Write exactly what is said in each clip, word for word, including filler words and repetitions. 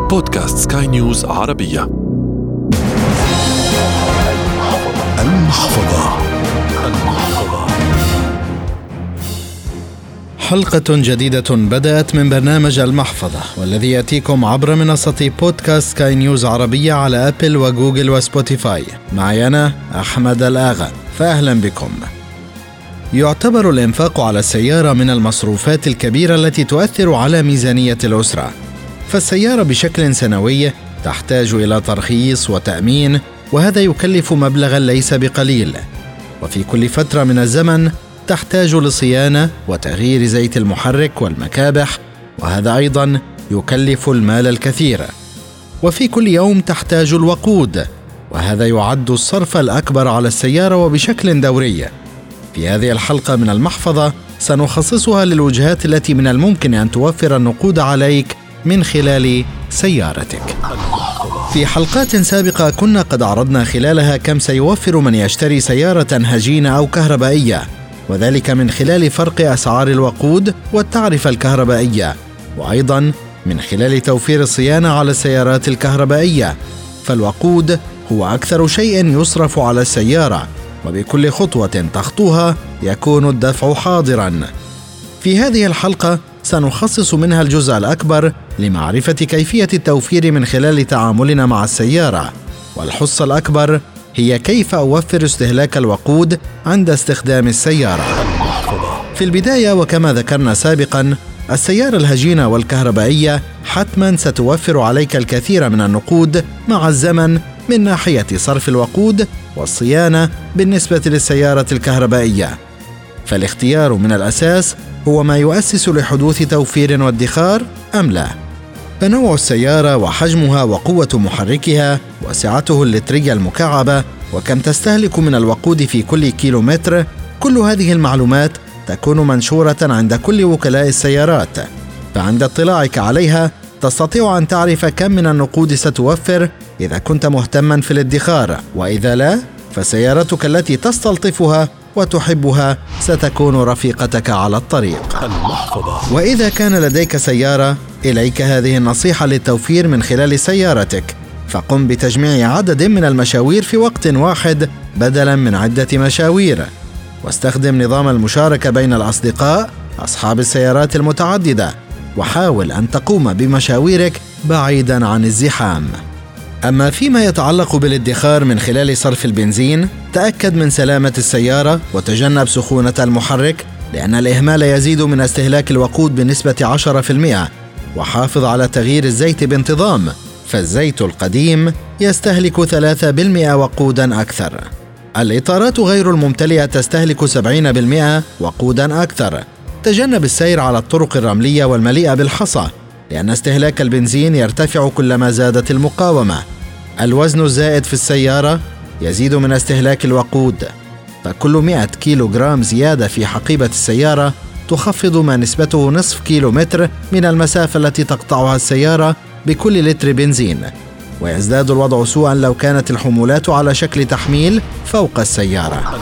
بودكاست سكاي نيوز عربية. المحفظة. حلقة جديدة بدأت من برنامج المحفظة، والذي يأتيكم عبر منصة بودكاست سكاي نيوز عربية على أبل وجوجل وسبوتيفاي. معي أنا أحمد الآغا، فأهلا بكم. يعتبر الإنفاق على السيارة من المصروفات الكبيرة التي تؤثر على ميزانية الأسرة، فالسيارة بشكل سنوي تحتاج إلى ترخيص وتأمين، وهذا يكلف مبلغا ليس بقليل. وفي كل فترة من الزمن تحتاج لصيانة وتغيير زيت المحرك والمكابح، وهذا أيضا يكلف المال الكثير. وفي كل يوم تحتاج الوقود، وهذا يعد الصرف الأكبر على السيارة وبشكل دوري. في هذه الحلقة من المحفظة سنخصصها للوجهات التي من الممكن أن توفر النقود عليك من خلال سيارتك. في حلقات سابقة كنا قد عرضنا خلالها كم سيوفر من يشتري سيارة هجينة أو كهربائية، وذلك من خلال فرق أسعار الوقود والتعرفة الكهربائية، وأيضا من خلال توفير الصيانة على السيارات الكهربائية. فالوقود هو أكثر شيء يصرف على السيارة، وبكل خطوة تخطوها يكون الدفع حاضرا. في هذه الحلقة سنخصص منها الجزء الأكبر لمعرفة كيفية التوفير من خلال تعاملنا مع السيارة، والحصة الأكبر هي كيف أوفر استهلاك الوقود عند استخدام السيارة. في البداية وكما ذكرنا سابقا، السيارة الهجينة والكهربائية حتما ستوفر عليك الكثير من النقود مع الزمن من ناحية صرف الوقود والصيانة بالنسبة للسيارة الكهربائية. فالاختيار من الأساس هو ما يؤسس لحدوث توفير وادخار أم لا. فنوع السيارة وحجمها وقوة محركها وسعته اللترية المكعبة وكم تستهلك من الوقود في كل كيلومتر، كل هذه المعلومات تكون منشورة عند كل وكلاء السيارات، فعند اطلاعك عليها تستطيع أن تعرف كم من النقود ستوفر إذا كنت مهتما في الادخار، وإذا لا فسيارتك التي تستلطفها وتحبها ستكون رفيقتك على الطريق. المحفظة. وإذا كان لديك سيارة، إليك هذه النصيحة للتوفير من خلال سيارتك، فقم بتجميع عدد من المشاوير في وقت واحد بدلا من عدة مشاوير، واستخدم نظام المشاركة بين الأصدقاء أصحاب السيارات المتعددة، وحاول أن تقوم بمشاويرك بعيدا عن الزحام. أما فيما يتعلق بالادخار من خلال صرف البنزين، تأكد من سلامة السيارة وتجنب سخونة المحرك، لأن الإهمال يزيد من استهلاك الوقود بنسبة عشرة بالمئة. وحافظ على تغيير الزيت بانتظام، فالزيت القديم يستهلك ثلاثة بالمئة وقودا أكثر. الإطارات غير الممتلئة تستهلك سبعين بالمئة وقودا أكثر. تجنب السير على الطرق الرملية والمليئة بالحصى، لأن استهلاك البنزين يرتفع كلما زادت المقاومة. الوزن الزائد في السيارة يزيد من استهلاك الوقود، فكل مئة كيلو جرام زيادة في حقيبة السيارة تخفض ما نسبته نصف كيلو متر من المسافة التي تقطعها السيارة بكل لتر بنزين. ويزداد الوضع سوءا لو كانت الحمولات على شكل تحميل فوق السيارة.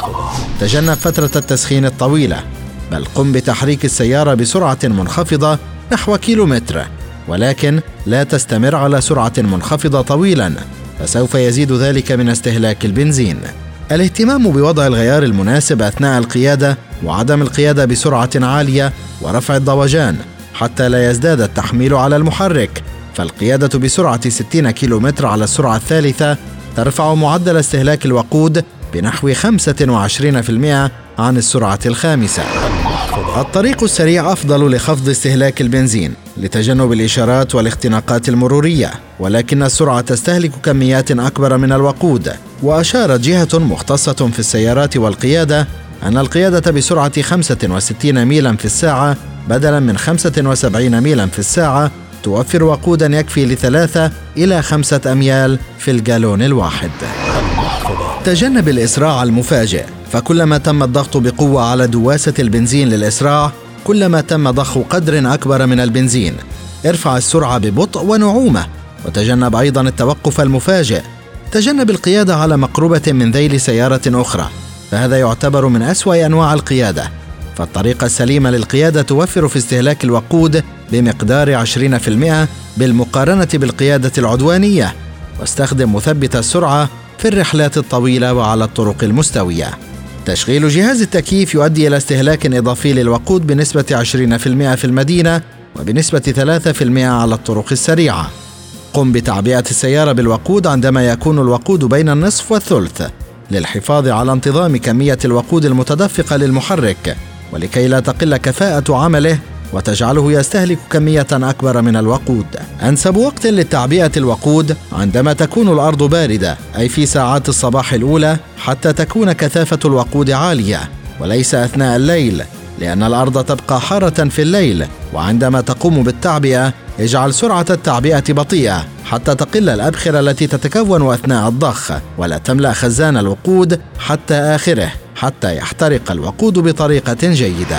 تجنب فترة التسخين الطويلة، بل قم بتحريك السيارة بسرعة منخفضة نحو كيلومتر، ولكن لا تستمر على سرعة منخفضة طويلا، فسوف يزيد ذلك من استهلاك البنزين. الاهتمام بوضع الغيار المناسب أثناء القيادة، وعدم القيادة بسرعة عالية، ورفع الضوجان حتى لا يزداد التحميل على المحرك. فالقيادة بسرعة ستين كيلومتر على السرعة الثالثة ترفع معدل استهلاك الوقود بنحو خمسة وعشرين بالمئة عن السرعة الخامسة. الطريق السريع أفضل لخفض استهلاك البنزين لتجنب الإشارات والاختناقات المرورية، ولكن السرعة تستهلك كميات أكبر من الوقود. وأشارت جهة مختصة في السيارات والقيادة أن القيادة بسرعة خمسة وستين ميلا في الساعة بدلا من خمسة وسبعين ميلا في الساعة توفر وقودا يكفي لثلاثة إلى خمسة أميال في الجالون الواحد. تجنب الإسراع المفاجئ، فكلما تم الضغط بقوة على دواسة البنزين للإسراع كلما تم ضخ قدر أكبر من البنزين. ارفع السرعة ببطء ونعومة، وتجنب أيضا التوقف المفاجئ. تجنب القيادة على مقربة من ذيل سيارة أخرى، فهذا يعتبر من أسوأ أنواع القيادة. فالطريقة السليمة للقيادة توفر في استهلاك الوقود بمقدار عشرين بالمئة بالمقارنة بالقيادة العدوانية، واستخدم مثبت السرعة في الرحلات الطويلة وعلى الطرق المستوية. تشغيل جهاز التكييف يؤدي إلى استهلاك إضافي للوقود بنسبة عشرين بالمئة في المدينة وبنسبة ثلاثة بالمئة على الطرق السريعة. قم بتعبئة السيارة بالوقود عندما يكون الوقود بين النصف والثلث للحفاظ على انتظام كمية الوقود المتدفقة للمحرك، ولكي لا تقل كفاءة عمله وتجعله يستهلك كمية أكبر من الوقود. أنسب وقت للتعبئة الوقود عندما تكون الأرض باردة، أي في ساعات الصباح الأولى، حتى تكون كثافة الوقود عالية، وليس أثناء الليل، لأن الأرض تبقى حارة في الليل. وعندما تقوم بالتعبئة اجعل سرعة التعبئة بطيئة حتى تقل الأبخرة التي تتكون أثناء الضخ، ولا تملأ خزان الوقود حتى آخره حتى يحترق الوقود بطريقة جيدة.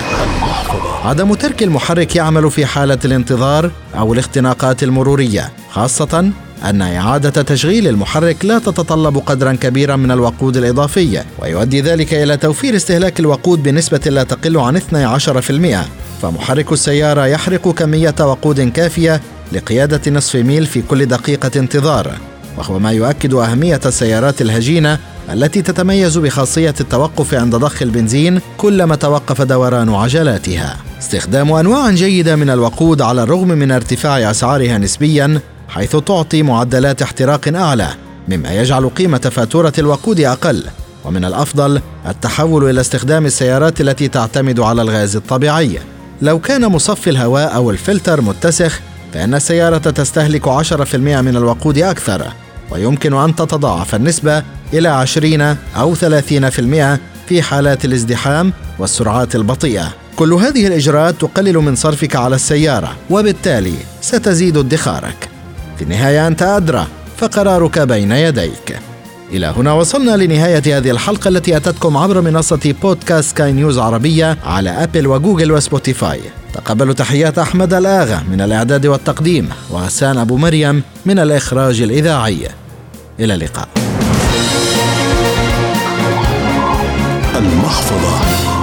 عدم ترك المحرك يعمل في حالة الانتظار أو الاختناقات المرورية، خاصة أن إعادة تشغيل المحرك لا تتطلب قدرا كبيرا من الوقود الإضافي، ويؤدي ذلك إلى توفير استهلاك الوقود بنسبة لا تقل عن اثني عشر بالمئة. فمحرك السيارة يحرق كمية وقود كافية لقيادة نصف ميل في كل دقيقة انتظار، وهو ما يؤكد أهمية السيارات الهجينة التي تتميز بخاصية التوقف عند ضخ البنزين كلما توقف دوران عجلاتها. استخدام أنواع جيدة من الوقود على الرغم من ارتفاع أسعارها نسبياً، حيث تعطي معدلات احتراق أعلى، مما يجعل قيمة فاتورة الوقود أقل. ومن الأفضل التحول إلى استخدام السيارات التي تعتمد على الغاز الطبيعي. لو كان مصفي الهواء أو الفلتر متسخ، فإن السيارة تستهلك عشرة بالمئة من الوقود أكثر، ويمكن أن تتضاعف النسبة إلى عشرين أو ثلاثين بالمئة في حالات الازدحام والسرعات البطيئة. كل هذه الإجراءات تقلل من صرفك على السيارة، وبالتالي ستزيد ادخارك. في النهاية أنت أدرى، فقرارك بين يديك. إلى هنا وصلنا لنهاية هذه الحلقة التي أتتكم عبر منصة بودكاست سكاي نيوز عربية على أبل وجوجل وسبوتيفاي. تقبلوا تحيات أحمد الآغا من الإعداد والتقديم، وغسان أبو مريم من الإخراج الإذاعي. إلى اللقاء. المحفظة.